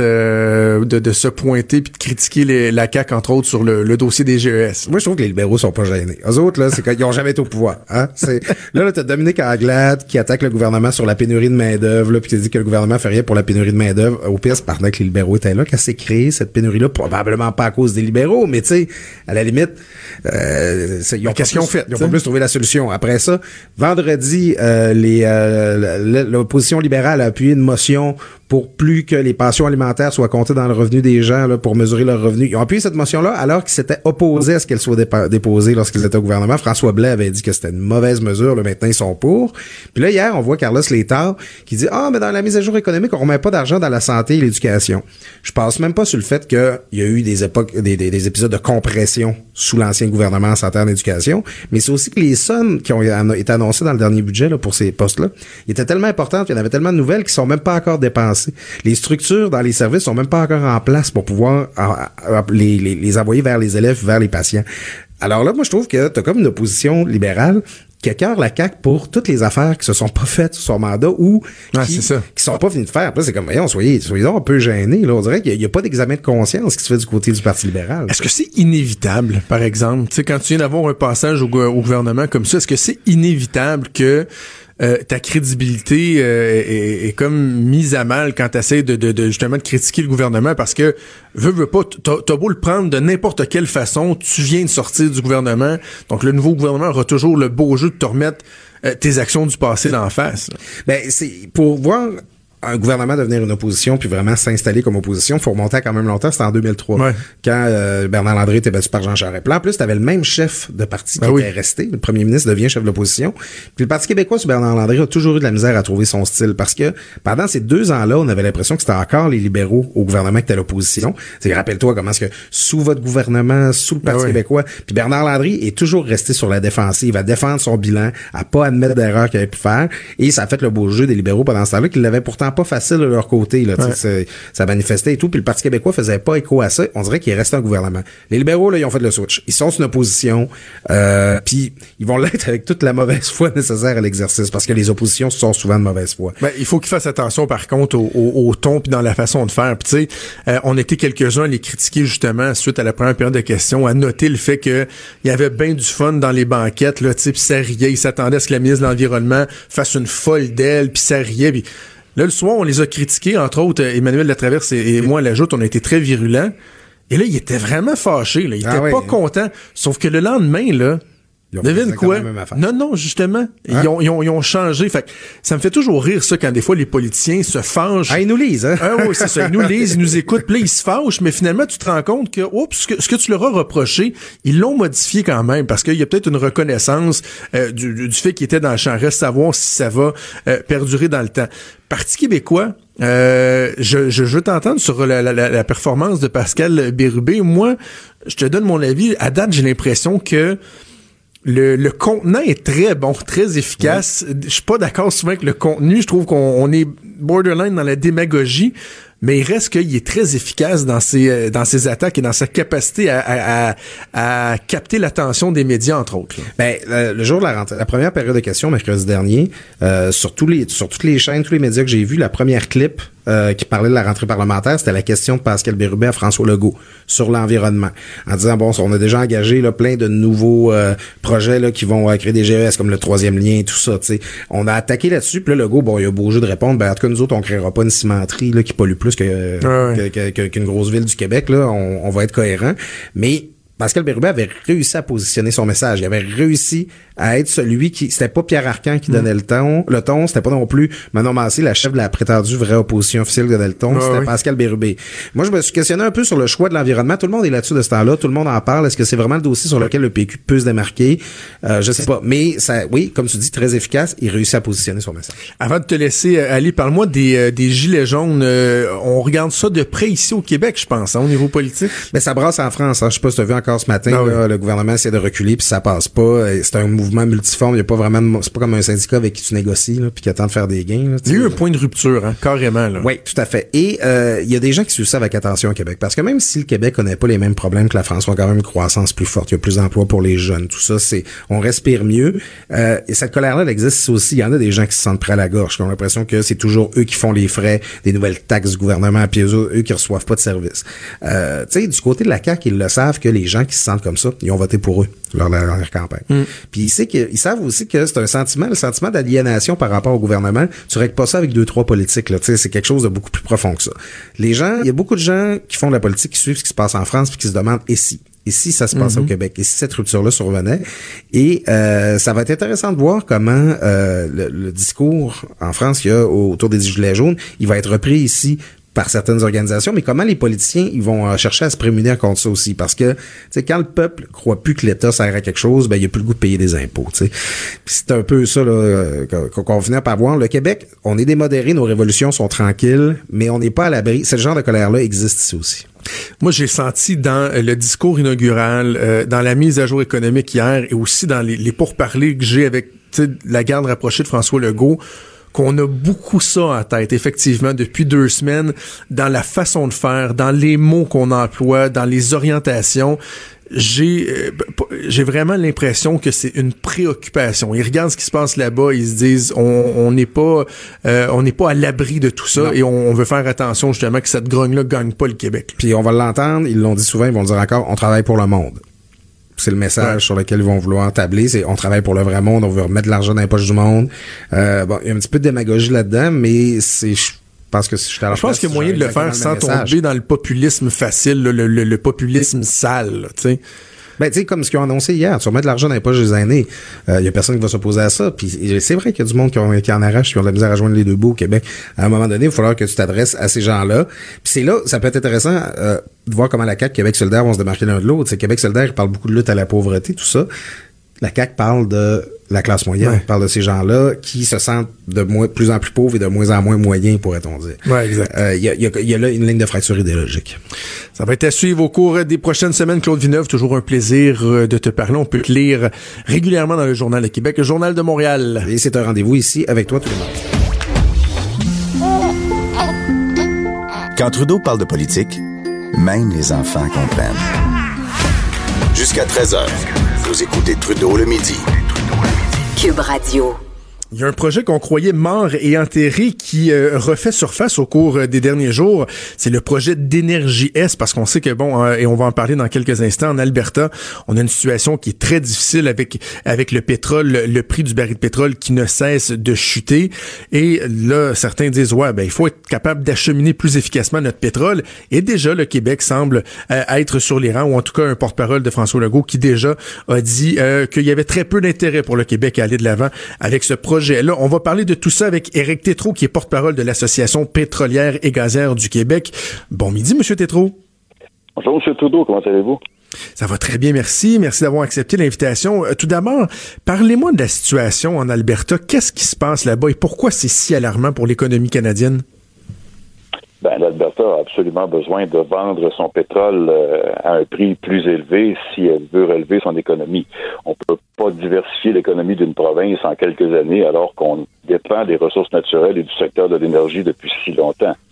de se pointer puis de critiquer la CAQ, entre autres, sur le dossier des GES. Moi, je trouve que les libéraux sont pas gênés. Eux autres, là, c'est qu'ils ont jamais été au pouvoir. Hein? Là, t'as Dominique Anglade qui attaque le gouvernement sur la pénurie de main-d'œuvre, puis qui dit que le gouvernement fait rien pour la pénurie de main-d'œuvre. Au pire, c'est pendant que les libéraux étaient là, qu'elle s'est créée, cette pénurie-là, probablement pas à cause des libéraux, mais tu sais, à la limite, ils ont pas plus trouvé la solution. Après ça, vendredi, l'opposition libérale a appuyé une motion pour plus que les pensions alimentaires soient comptées dans le revenu des gens, là, pour mesurer leur revenu. Ils ont appuyé cette motion-là alors qu'ils s'étaient opposés à ce qu'elle soit déposée lorsqu'ils étaient au gouvernement. François Blais avait dit que c'était une mauvaise mesure. Là, maintenant, ils sont pour. Puis là, hier, on voit Carlos Létard qui dit « Ah, mais dans la mise à jour économique, on remet pas d'argent dans la santé et l'éducation. » Je passe même pas sur le fait qu'il y a eu des épisodes de compression sous l'ancien gouvernement en santé et en éducation, mais c'est aussi que les sommes qui ont été annoncées dans le dernier budget là, pour ces postes-là, ils étaient tellement importantes, il y en avait tellement de nouvelles qui sont même pas encore dépensées. Les structures dans les services sont même pas encore en place pour pouvoir les envoyer vers les élèves, vers les patients. Alors là, moi, je trouve que t'as comme une opposition libérale qui écœure la CAQ pour toutes les affaires qui se sont pas faites sur son mandat ou qui sont pas venues de faire. Après, c'est comme, voyons, soyez donc un peu gênés. Là, on dirait qu'il y a pas d'examen de conscience qui se fait du côté du Parti libéral. Est-ce que c'est inévitable, par exemple, tu sais, quand tu viens d'avoir un passage au gouvernement comme ça, est-ce que c'est inévitable que ta crédibilité est comme mise à mal quand t'essaies de justement de critiquer le gouvernement parce que veux pas, t'as beau le prendre de n'importe quelle façon, tu viens de sortir du gouvernement, donc le nouveau gouvernement aura toujours le beau jeu de te remettre tes actions du passé d'en face. Ben, c'est pour voir un gouvernement devenir une opposition puis vraiment s'installer comme opposition, faut remonter à quand même longtemps, c'était en 2003 quand Bernard Landry était battu par Jean Charest. Puis en plus, t'avais le même chef de parti qui était resté, le premier ministre devient chef de l'opposition. Puis le Parti québécois sur Bernard Landry a toujours eu de la misère à trouver son style parce que pendant ces 2 ans-là, on avait l'impression que c'était encore les libéraux au gouvernement qui étaient à l'opposition. C'est rappelle-toi comment est-ce que sous votre gouvernement, sous le Parti québécois, puis Bernard Landry est toujours resté sur la défensive, à défendre son bilan, à pas admettre d'erreur qu'il avait pu faire et ça a fait le beau jeu des libéraux pendant ce temps-là qu'ils l'avaient pourtant pas facile de leur côté là, ça manifestait et tout, puis le Parti québécois faisait pas écho à ça, on dirait qu'il restait un gouvernement. Les libéraux là, ils ont fait le switch, ils sont sur une opposition puis ils vont l'être avec toute la mauvaise foi nécessaire à l'exercice parce que les oppositions sont souvent de mauvaise foi. Ben, il faut qu'ils fassent attention par contre au ton puis dans la façon de faire. Puis tu sais, on était quelques-uns à les critiquer justement suite à la première période de questions, à noter le fait que il y avait bien du fun dans les banquettes là, tu sais, puis ça riait, ils s'attendaient à ce que la ministre de l'Environnement fasse une folle d'elle, puis ça riait, puis là, le soir, on les a critiqués, entre autres, Emmanuel Latraverse et moi, l'ajoute, on a été très virulents. Et là, il était vraiment fâché, là. Il était pas content. Sauf que le lendemain, là, devine quoi? Non, justement. Hein? Ils ont changé. Fait que ça me fait toujours rire, ça, quand des fois, les politiciens se fâchent. Ah, ils nous lisent, hein? Ah oui, c'est ça. Ils nous lisent, ils nous écoutent. Puis là, ils se fâchent, mais finalement, tu te rends compte que, ce que tu leur as reproché, ils l'ont modifié quand même, parce qu'il y a peut-être une reconnaissance du fait qu'ils étaient dans le champ. Reste savoir si ça va perdurer dans le temps. Parti québécois, je veux t'entendre sur la performance de Pascal Bérubé. Moi, je te donne mon avis. À date, j'ai l'impression que le contenant est très bon, très efficace. Je suis pas d'accord souvent avec le contenu. Je trouve qu'on est borderline dans la démagogie. mais il reste qu'il est très efficace dans ses attaques et dans sa capacité à capter l'attention des médias, entre autres. Ben, le jour de la première période de questions, mercredi dernier, sur toutes les chaînes, tous les médias que j'ai vus, la première clip qui parlait de la rentrée parlementaire, c'était la question de Pascal Bérubé à François Legault sur l'environnement, en disant bon, on a déjà engagé là, plein de nouveaux projets là qui vont créer des GES comme le 3e lien et tout ça. T'sais. On a attaqué là-dessus, puis là Legault, bon, il a beau jeu de répondre, ben en tout cas nous autres, on créera pas une cimenterie là qui pollue plus qu'une grosse ville du Québec. Là, on va être cohérent, mais Pascal Bérubé avait réussi à positionner son message. Il avait réussi à être celui qui... C'était pas Pierre Arcan qui donnait le ton. C'était pas non plus Manon Massé, la chef de la prétendue vraie opposition officielle qui donnait le ton. C'était Pascal Bérubé. Moi, je me suis questionné un peu sur le choix de l'environnement. Tout le monde est là-dessus de ce temps-là. Tout le monde en parle. Est-ce que c'est vraiment le dossier sur lequel le PQ peut se démarquer? Je sais pas. Mais ça, oui, comme tu dis, très efficace. Il réussit à positionner son message. Avant de te laisser aller, parle-moi des gilets jaunes. On regarde ça de près ici au Québec, je pense, au niveau politique. Mais ça brasse en France. Je sais pas si tu as vu encore ce matin, là, le gouvernement essaie de reculer puis ça passe pas. C'est un mouvement multiforme. Il y a pas vraiment, c'est pas comme un syndicat avec qui tu négocies là, puis qui attend de faire des gains. Là, il y a eu un point de rupture, carrément. Là. Oui, tout à fait. Et il y a des gens qui suivent ça avec attention au Québec, parce que même si le Québec connaît pas les mêmes problèmes que la France, on a quand même une croissance plus forte. Il y a plus d'emplois pour les jeunes. Tout ça, on respire mieux. Et cette colère-là, elle existe aussi. Il y en a des gens qui se sentent prêts à la gorge, qui ont l'impression que c'est toujours eux qui font les frais des nouvelles taxes du gouvernement, puis eux qui reçoivent pas de service. Tu sais, du côté de la CAQ, ils le savent que les gens qui se sentent comme ça, ils ont voté pour eux lors de la dernière campagne. Puis ils savent aussi que c'est le sentiment d'aliénation par rapport au gouvernement. Tu règles pas ça avec 2-3 politiques, là. Tu sais, c'est quelque chose de beaucoup plus profond que ça. Il y a beaucoup de gens qui font de la politique, qui suivent ce qui se passe en France, puis qui se demandent et si ça se passait au Québec, et si cette rupture-là survenait. Et ça va être intéressant de voir comment le discours en France qu'il y a autour des gilets jaunes, il va être repris ici par certaines organisations, mais comment les politiciens ils vont chercher à se prémunir contre ça aussi, parce que tu sais, quand le peuple croit plus que l'État sert à quelque chose, ben il y a plus le goût de payer des impôts, tu sais. Puis c'est un peu ça là qu'on va finir par voir. Le Québec, on est démodéré, nos révolutions sont tranquilles, mais on n'est pas à l'abri. Ce genre de colère-là existe ici aussi. Moi, j'ai senti dans le discours inaugural, dans la mise à jour économique hier, et aussi dans les pourparlers que j'ai avec la garde rapprochée de François Legault, qu'on a beaucoup ça en tête, effectivement, depuis 2 semaines, dans la façon de faire, dans les mots qu'on emploie, dans les orientations. J'ai vraiment l'impression que c'est une préoccupation. Ils regardent ce qui se passe là-bas, ils se disent on n'est pas à l'abri de tout ça. Non. Et on veut faire attention justement que cette grogne-là gagne pas le Québec. Puis on va l'entendre, ils l'ont dit souvent, ils vont le dire encore, on travaille pour le monde. C'est le message sur lequel ils vont vouloir tabler. C'est on travaille pour le vrai monde, on veut remettre de l'argent dans les poches du monde. Bon, il y a un petit peu de démagogie là-dedans, mais je pense qu'il y a moyen de le faire sans tomber dans le populisme facile, le populisme sale, tu sais. Ben, tu sais, comme ce qu'ils ont annoncé hier, tu remets de l'argent dans les poches des aînés. Il y a personne qui va s'opposer à ça. Puis c'est vrai qu'il y a du monde qui en arrache, qui ont de la misère à joindre les deux bouts au Québec. À un moment donné, il va falloir que tu t'adresses à ces gens-là. Puis c'est là, ça peut être intéressant de voir comment la CAQ, Québec solidaire vont se démarquer l'un de l'autre. C'est Québec solidaire, il parle beaucoup de lutte à la pauvreté, tout ça. La CAQ parle de la classe moyenne, parle de ces gens-là qui se sentent de plus en plus pauvres et de moins en moins moyens, pourrait-on dire. Ouais, exact. Il y a là une ligne de fracture idéologique. Ça va être à suivre au cours des prochaines semaines. Claude Villeneuve, toujours un plaisir de te parler. On peut te lire régulièrement dans le Journal de Québec, le Journal de Montréal. Et c'est un rendez-vous ici avec toi tous les mardis. Quand Trudeau parle de politique, même les enfants comprennent. Jusqu'à 13h. Vous écoutez Trudeau le midi. Cube Radio. Il y a un projet qu'on croyait mort et enterré qui refait surface au cours des derniers jours. C'est le projet d'Énergie-Est, parce qu'on sait que, et on va en parler dans quelques instants, en Alberta, on a une situation qui est très difficile avec le pétrole, le prix du baril de pétrole qui ne cesse de chuter. Et là, certains disent, il faut être capable d'acheminer plus efficacement notre pétrole. Et déjà, le Québec semble être sur les rangs, ou en tout cas un porte-parole de François Legault qui déjà a dit qu'il y avait très peu d'intérêt pour le Québec à aller de l'avant avec ce projet. Là, on va parler de tout ça avec Éric Tétrault, qui est porte-parole de l'Association pétrolière et gazière du Québec. Bon midi, M. Tétrault. Bonjour, M. Trudeau. Comment allez-vous? Ça va très bien, merci. Merci d'avoir accepté l'invitation. Tout d'abord, parlez-moi de la situation en Alberta. Qu'est-ce qui se passe là-bas et pourquoi c'est si alarmant pour l'économie canadienne? L'Alberta a absolument besoin de vendre son pétrole à un prix plus élevé si elle veut relever son économie. On peut pas diversifier l'économie d'une province en quelques années alors qu'on dépend des ressources naturelles et du secteur de l'énergie depuis si longtemps.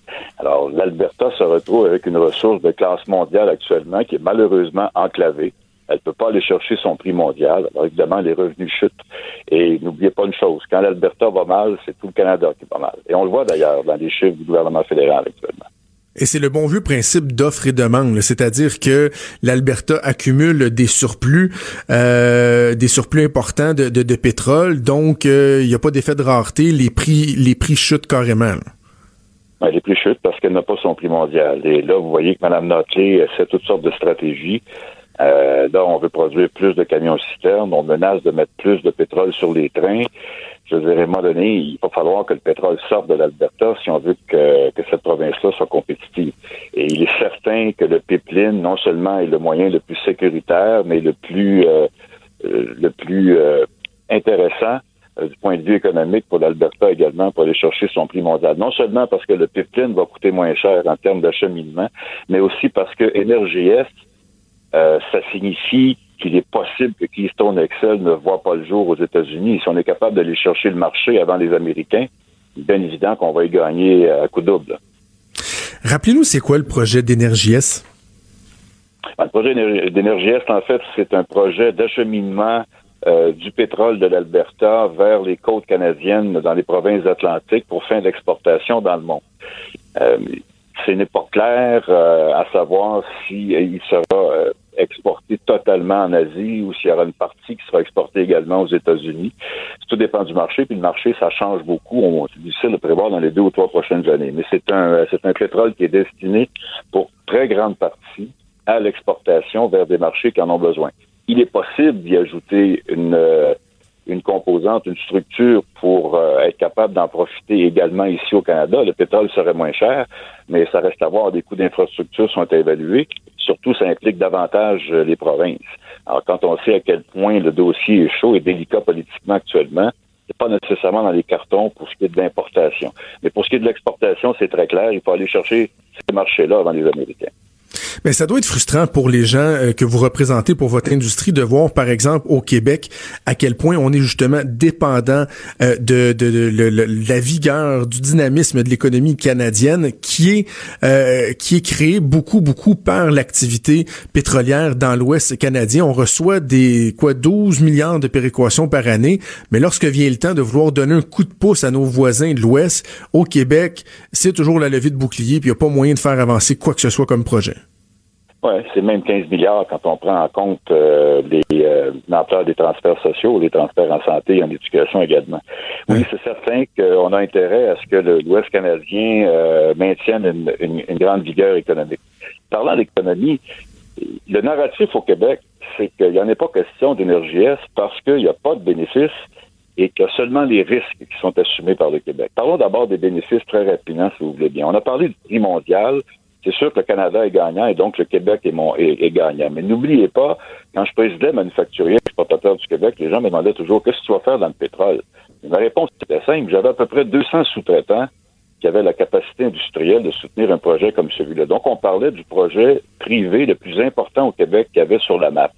Alors, l'Alberta se retrouve avec une ressource de classe mondiale actuellement qui est malheureusement enclavée. Elle ne peut pas aller chercher son prix mondial. Alors, évidemment, les revenus chutent. Et n'oubliez pas une chose, quand l'Alberta va mal, c'est tout le Canada qui va mal. Et on le voit d'ailleurs dans les chiffres du gouvernement fédéral actuellement. Et c'est le bon vieux principe d'offre et demande, là. C'est-à-dire que l'Alberta accumule des surplus importants de pétrole, donc il n'y a pas d'effet de rareté, les prix chutent carrément. Ouais, les prix chutent parce qu'elle n'a pas son prix mondial. Et là, vous voyez que Mme Notley essaie toutes sortes de stratégies. Là, on veut produire plus de camions-citernes, on menace de mettre plus de pétrole sur les trains. Je veux dire, à un moment donné, il va falloir que le pétrole sorte de l'Alberta si on veut que cette province-là soit compétitive. Et il est certain que le pipeline, non seulement est le moyen le plus sécuritaire, mais le plus intéressant du point de vue économique pour l'Alberta également, pour aller chercher son prix mondial. Non seulement parce que le pipeline va coûter moins cher en termes d'acheminement, mais aussi parce que Énergie Est, ça signifie qu'il est possible que Keystone XL ne voit pas le jour aux États-Unis. Si on est capable d'aller chercher le marché avant les Américains, c'est bien évident qu'on va y gagner à coup double. Rappelez-nous, c'est quoi le projet d'Énergie Est? Le projet d'Énergie Est, en fait, c'est un projet d'acheminement du pétrole de l'Alberta vers les côtes canadiennes dans les provinces atlantiques pour fin d'exportation dans le monde. Ce n'est pas clair à savoir s'il sera exporté totalement en Asie ou s'il y aura une partie qui sera exportée également aux États-Unis. Tout dépend du marché, puis le marché, ça change beaucoup. C'est difficile de prévoir dans les 2 ou 3 prochaines années. Mais c'est un pétrole qui est destiné pour très grande partie à l'exportation vers des marchés qui en ont besoin. Il est possible d'y ajouter une composante, une structure pour être capable d'en profiter également ici au Canada. Le pétrole serait moins cher, mais ça reste à voir. Des coûts d'infrastructure sont évalués. Surtout, ça implique davantage les provinces. Alors, quand on sait à quel point le dossier est chaud et délicat politiquement actuellement, c'est pas nécessairement dans les cartons pour ce qui est de l'importation. Mais pour ce qui est de l'exportation, c'est très clair. Il faut aller chercher ces marchés-là avant les Américains. Mais ça doit être frustrant pour les gens que vous représentez pour votre industrie de voir, par exemple, au Québec, à quel point on est justement dépendant de la vigueur, du dynamisme de l'économie canadienne qui est créé beaucoup par l'activité pétrolière dans l'Ouest canadien. On reçoit 12 milliards de péréquations par année, mais lorsque vient le temps de vouloir donner un coup de pouce à nos voisins de l'Ouest, au Québec, c'est toujours la levée de bouclier, puis il n'y a pas moyen de faire avancer quoi que ce soit comme projet. Oui, c'est même 15 milliards quand on prend en compte l'ampleur des transferts sociaux, les transferts en santé et en éducation également. Oui, c'est certain qu'on a intérêt à ce que l'Ouest canadien maintienne une grande vigueur économique. Parlant d'économie, le narratif au Québec, c'est qu'il n'y en a pas question d'Énergie Est parce qu'il n'y a pas de bénéfices et qu'il y a seulement les risques qui sont assumés par le Québec. Parlons d'abord des bénéfices très rapidement, si vous voulez bien. On a parlé du prix mondial. C'est sûr que le Canada est gagnant et donc le Québec est gagnant. Mais n'oubliez pas, quand je présidais Manufacturier exportateur du Québec, les gens me demandaient toujours « Qu'est-ce que tu vas faire dans le pétrole? » Ma réponse était simple. J'avais à peu près 200 sous-traitants qui avaient la capacité industrielle de soutenir un projet comme celui-là. Donc, on parlait du projet privé le plus important au Québec qu'il y avait sur la map.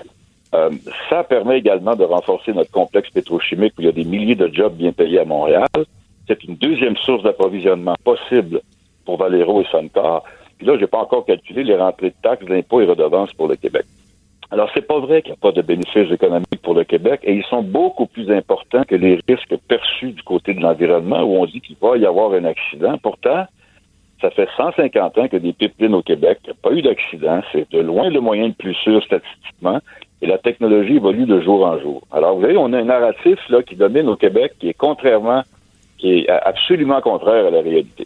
Ça permet également de renforcer notre complexe pétrochimique où il y a des milliers de jobs bien payés à Montréal. C'est une deuxième source d'approvisionnement possible pour Valero et Suncor. Puis là, j'ai pas encore calculé les rentrées de taxes, d'impôts et redevances pour le Québec. Alors, c'est pas vrai qu'il n'y a pas de bénéfices économiques pour le Québec et ils sont beaucoup plus importants que les risques perçus du côté de l'environnement où on dit qu'il va y avoir un accident. Pourtant, ça fait 150 ans que des pipelines au Québec, il n'y a pas eu d'accident. C'est de loin le moyen le plus sûr statistiquement et la technologie évolue de jour en jour. Alors, vous voyez, on a un narratif là qui domine au Québec qui est absolument contraire à la réalité.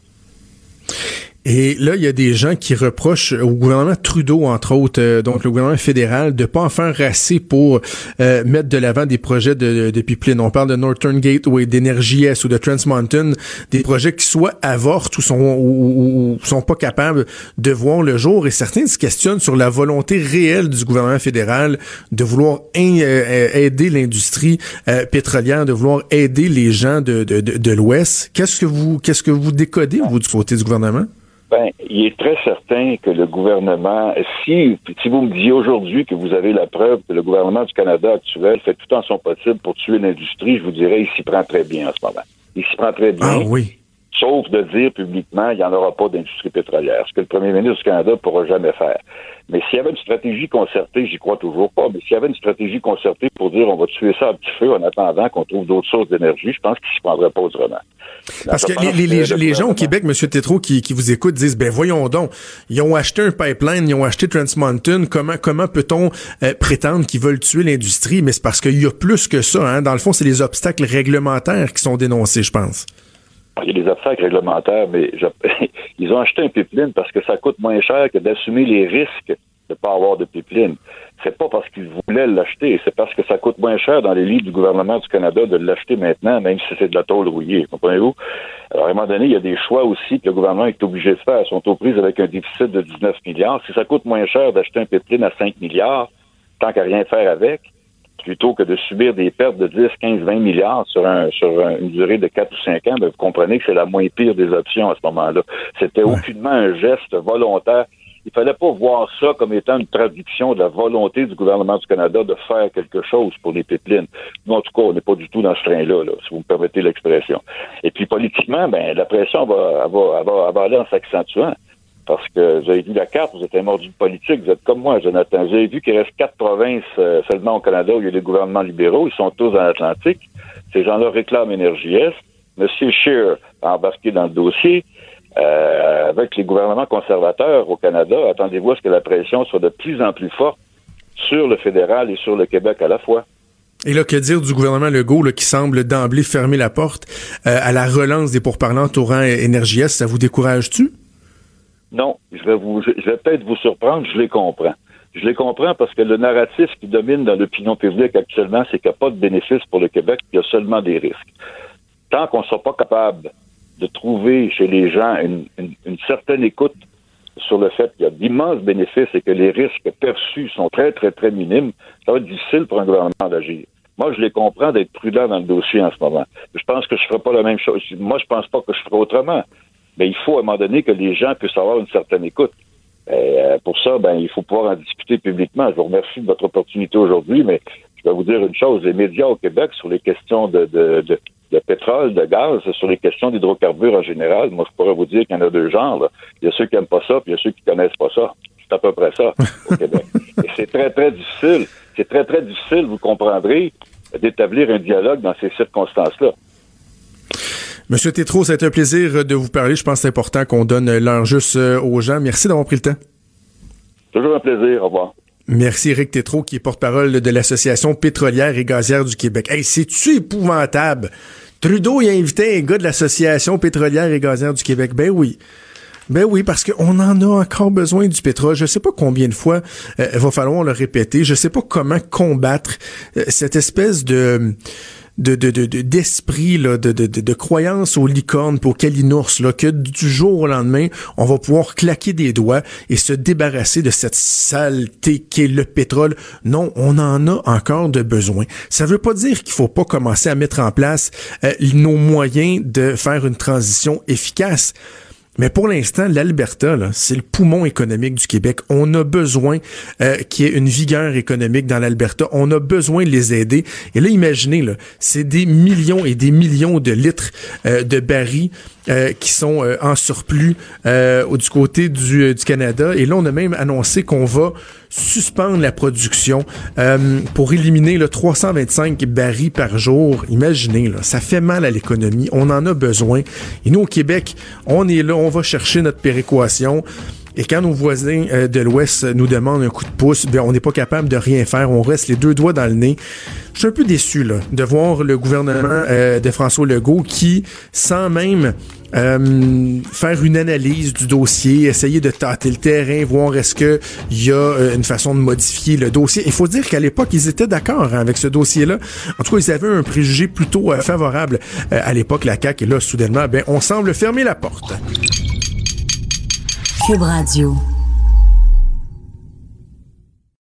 Et là, il y a des gens qui reprochent au gouvernement Trudeau, entre autres, donc le gouvernement fédéral, de pas en faire assez pour mettre de l'avant des projets de pipeline. On parle de Northern Gateway, d'Énergie Est ou de Trans Mountain, des projets qui soit avortent ou sont pas capables de voir le jour. Et certains se questionnent sur la volonté réelle du gouvernement fédéral de vouloir aider l'industrie pétrolière, de vouloir aider les gens de l'Ouest. Qu'est-ce que vous décodez, vous, du côté du gouvernement? Il est très certain que le gouvernement, si vous me disiez aujourd'hui que vous avez la preuve que le gouvernement du Canada actuel fait tout en son possible pour tuer l'industrie, je vous dirais, il s'y prend très bien en ce moment. Il s'y prend très bien. Ah oui. sauf de dire publiquement il n'y en aura pas d'industrie pétrolière, ce que le premier ministre du Canada ne pourra jamais faire. Mais s'il y avait une stratégie concertée, j'y crois toujours pas, mais s'il y avait une stratégie concertée pour dire on va tuer ça à petit feu en attendant qu'on trouve d'autres sources d'énergie, je pense qu'il ne s'y prendrait pas autrement. Parce que les gens au Québec, M. Tétrault, qui vous écoutent, disent, ben voyons donc, ils ont acheté un pipeline, ils ont acheté Trans Mountain, comment peut-on prétendre qu'ils veulent tuer l'industrie? Mais c'est parce qu'il y a plus que ça, hein. Dans le fond, c'est les obstacles réglementaires qui sont dénoncés, je pense. Il y a des obstacles réglementaires, mais ils ont acheté un pipeline parce que ça coûte moins cher que d'assumer les risques de ne pas avoir de pipeline. C'est pas parce qu'ils voulaient l'acheter, c'est parce que ça coûte moins cher dans les livres du gouvernement du Canada de l'acheter maintenant, même si c'est de la tôle rouillée. Comprenez-vous? Alors, à un moment donné, il y a des choix aussi que le gouvernement est obligé de faire. Ils sont aux prises avec un déficit de 19 milliards. Si ça coûte moins cher d'acheter un pipeline à 5 milliards, tant qu'à rien faire avec, plutôt que de subir des pertes de 10, 15, 20 milliards sur une durée de 4 ou 5 ans, ben vous comprenez que c'est la moins pire des options à ce moment-là. C'était aucunement un geste volontaire. Il fallait pas voir ça comme étant une traduction de la volonté du gouvernement du Canada de faire quelque chose pour les pipelines. Nous, en tout cas, on n'est pas du tout dans ce train-là, si vous me permettez l'expression. Et puis, politiquement, ben la pression va aller en s'accentuant. Parce que vous avez vu la carte, vous êtes un mordu de politique, vous êtes comme moi, Jonathan. Vous avez vu qu'il reste 4 provinces seulement au Canada où il y a des gouvernements libéraux, ils sont tous dans l'Atlantique. Ces gens-là réclament Énergie Est. M. Scheer a embarqué dans le dossier. Avec les gouvernements conservateurs au Canada, attendez-vous à ce que la pression soit de plus en plus forte sur le fédéral et sur le Québec à la fois. Et là, que dire du gouvernement Legault qui semble d'emblée fermer la porte à la relance des pourparlers entourant Énergie Est? Ça vous décourage-tu? Non, je vais peut-être vous surprendre, je les comprends. Je les comprends parce que le narratif qui domine dans l'opinion publique actuellement, c'est qu'il n'y a pas de bénéfices pour le Québec, il y a seulement des risques. Tant qu'on ne sera pas capable de trouver chez les gens une certaine écoute sur le fait qu'il y a d'immenses bénéfices et que les risques perçus sont très, très, très minimes, ça va être difficile pour un gouvernement d'agir. Moi, je les comprends d'être prudent dans le dossier en ce moment. Je pense que je ne ferai pas la même chose. Moi, je pense pas que je ferai autrement. Mais il faut, à un moment donné, que les gens puissent avoir une certaine écoute. Pour ça, il faut pouvoir en discuter publiquement. Je vous remercie de votre opportunité aujourd'hui, mais je vais vous dire une chose. Les médias au Québec, sur les questions de pétrole, de gaz, sur les questions d'hydrocarbures en général, moi, je pourrais vous dire qu'il y en a deux genres. Là. Il y a ceux qui n'aiment pas ça, puis il y a ceux qui connaissent pas ça. C'est à peu près ça au Québec. Et c'est très, très difficile. C'est très, très difficile, vous comprendrez, d'établir un dialogue dans ces circonstances-là. Monsieur Tétrault, ça a été un plaisir de vous parler. Je pense que c'est important qu'on donne l'heure juste aux gens. Merci d'avoir pris le temps. Toujours un plaisir. Au revoir. Merci Éric Tétrault, qui est porte-parole de l'Association pétrolière et gazière du Québec. Hey, c'est-tu épouvantable? Trudeau, il a invité un gars de l'Association pétrolière et gazière du Québec. Ben oui, parce qu'on en a encore besoin du pétrole. Je sais pas combien de fois il va falloir le répéter. Je sais pas comment combattre cette espèce d'esprit là, de croyance aux licornes pis aux calinours là, que du jour au lendemain on va pouvoir claquer des doigts et se débarrasser de cette saleté qu'est le pétrole. Non, on en a encore de besoin. Ça veut pas dire qu'il faut pas commencer à mettre en place nos moyens de faire une transition efficace. Mais pour l'instant, l'Alberta, là, c'est le poumon économique du Québec. On a besoin qu'il y ait une vigueur économique dans l'Alberta. On a besoin de les aider. Et là, imaginez, là, c'est des millions et des millions de litres de barils qui sont en surplus du côté du Canada. Et là, on a même annoncé qu'on va suspendre la production pour éliminer 325 barils par jour. Imaginez, là, ça fait mal à l'économie. On en a besoin. Et nous, au Québec, on est là, on va chercher notre péréquation. Et quand nos voisins de l'Ouest nous demandent un coup de pouce, on n'est pas capable de rien faire. On reste les deux doigts dans le nez. Je suis un peu déçu là, de voir le gouvernement de François Legault qui, sans même faire une analyse du dossier, essayer de tâter le terrain, voir est-ce que il y a une façon de modifier le dossier. Il faut dire qu'à l'époque, ils étaient d'accord avec ce dossier-là. En tout cas, ils avaient un préjugé plutôt favorable à l'époque, la CAQ. Et là, soudainement, on semble fermer la porte. Cube Radio.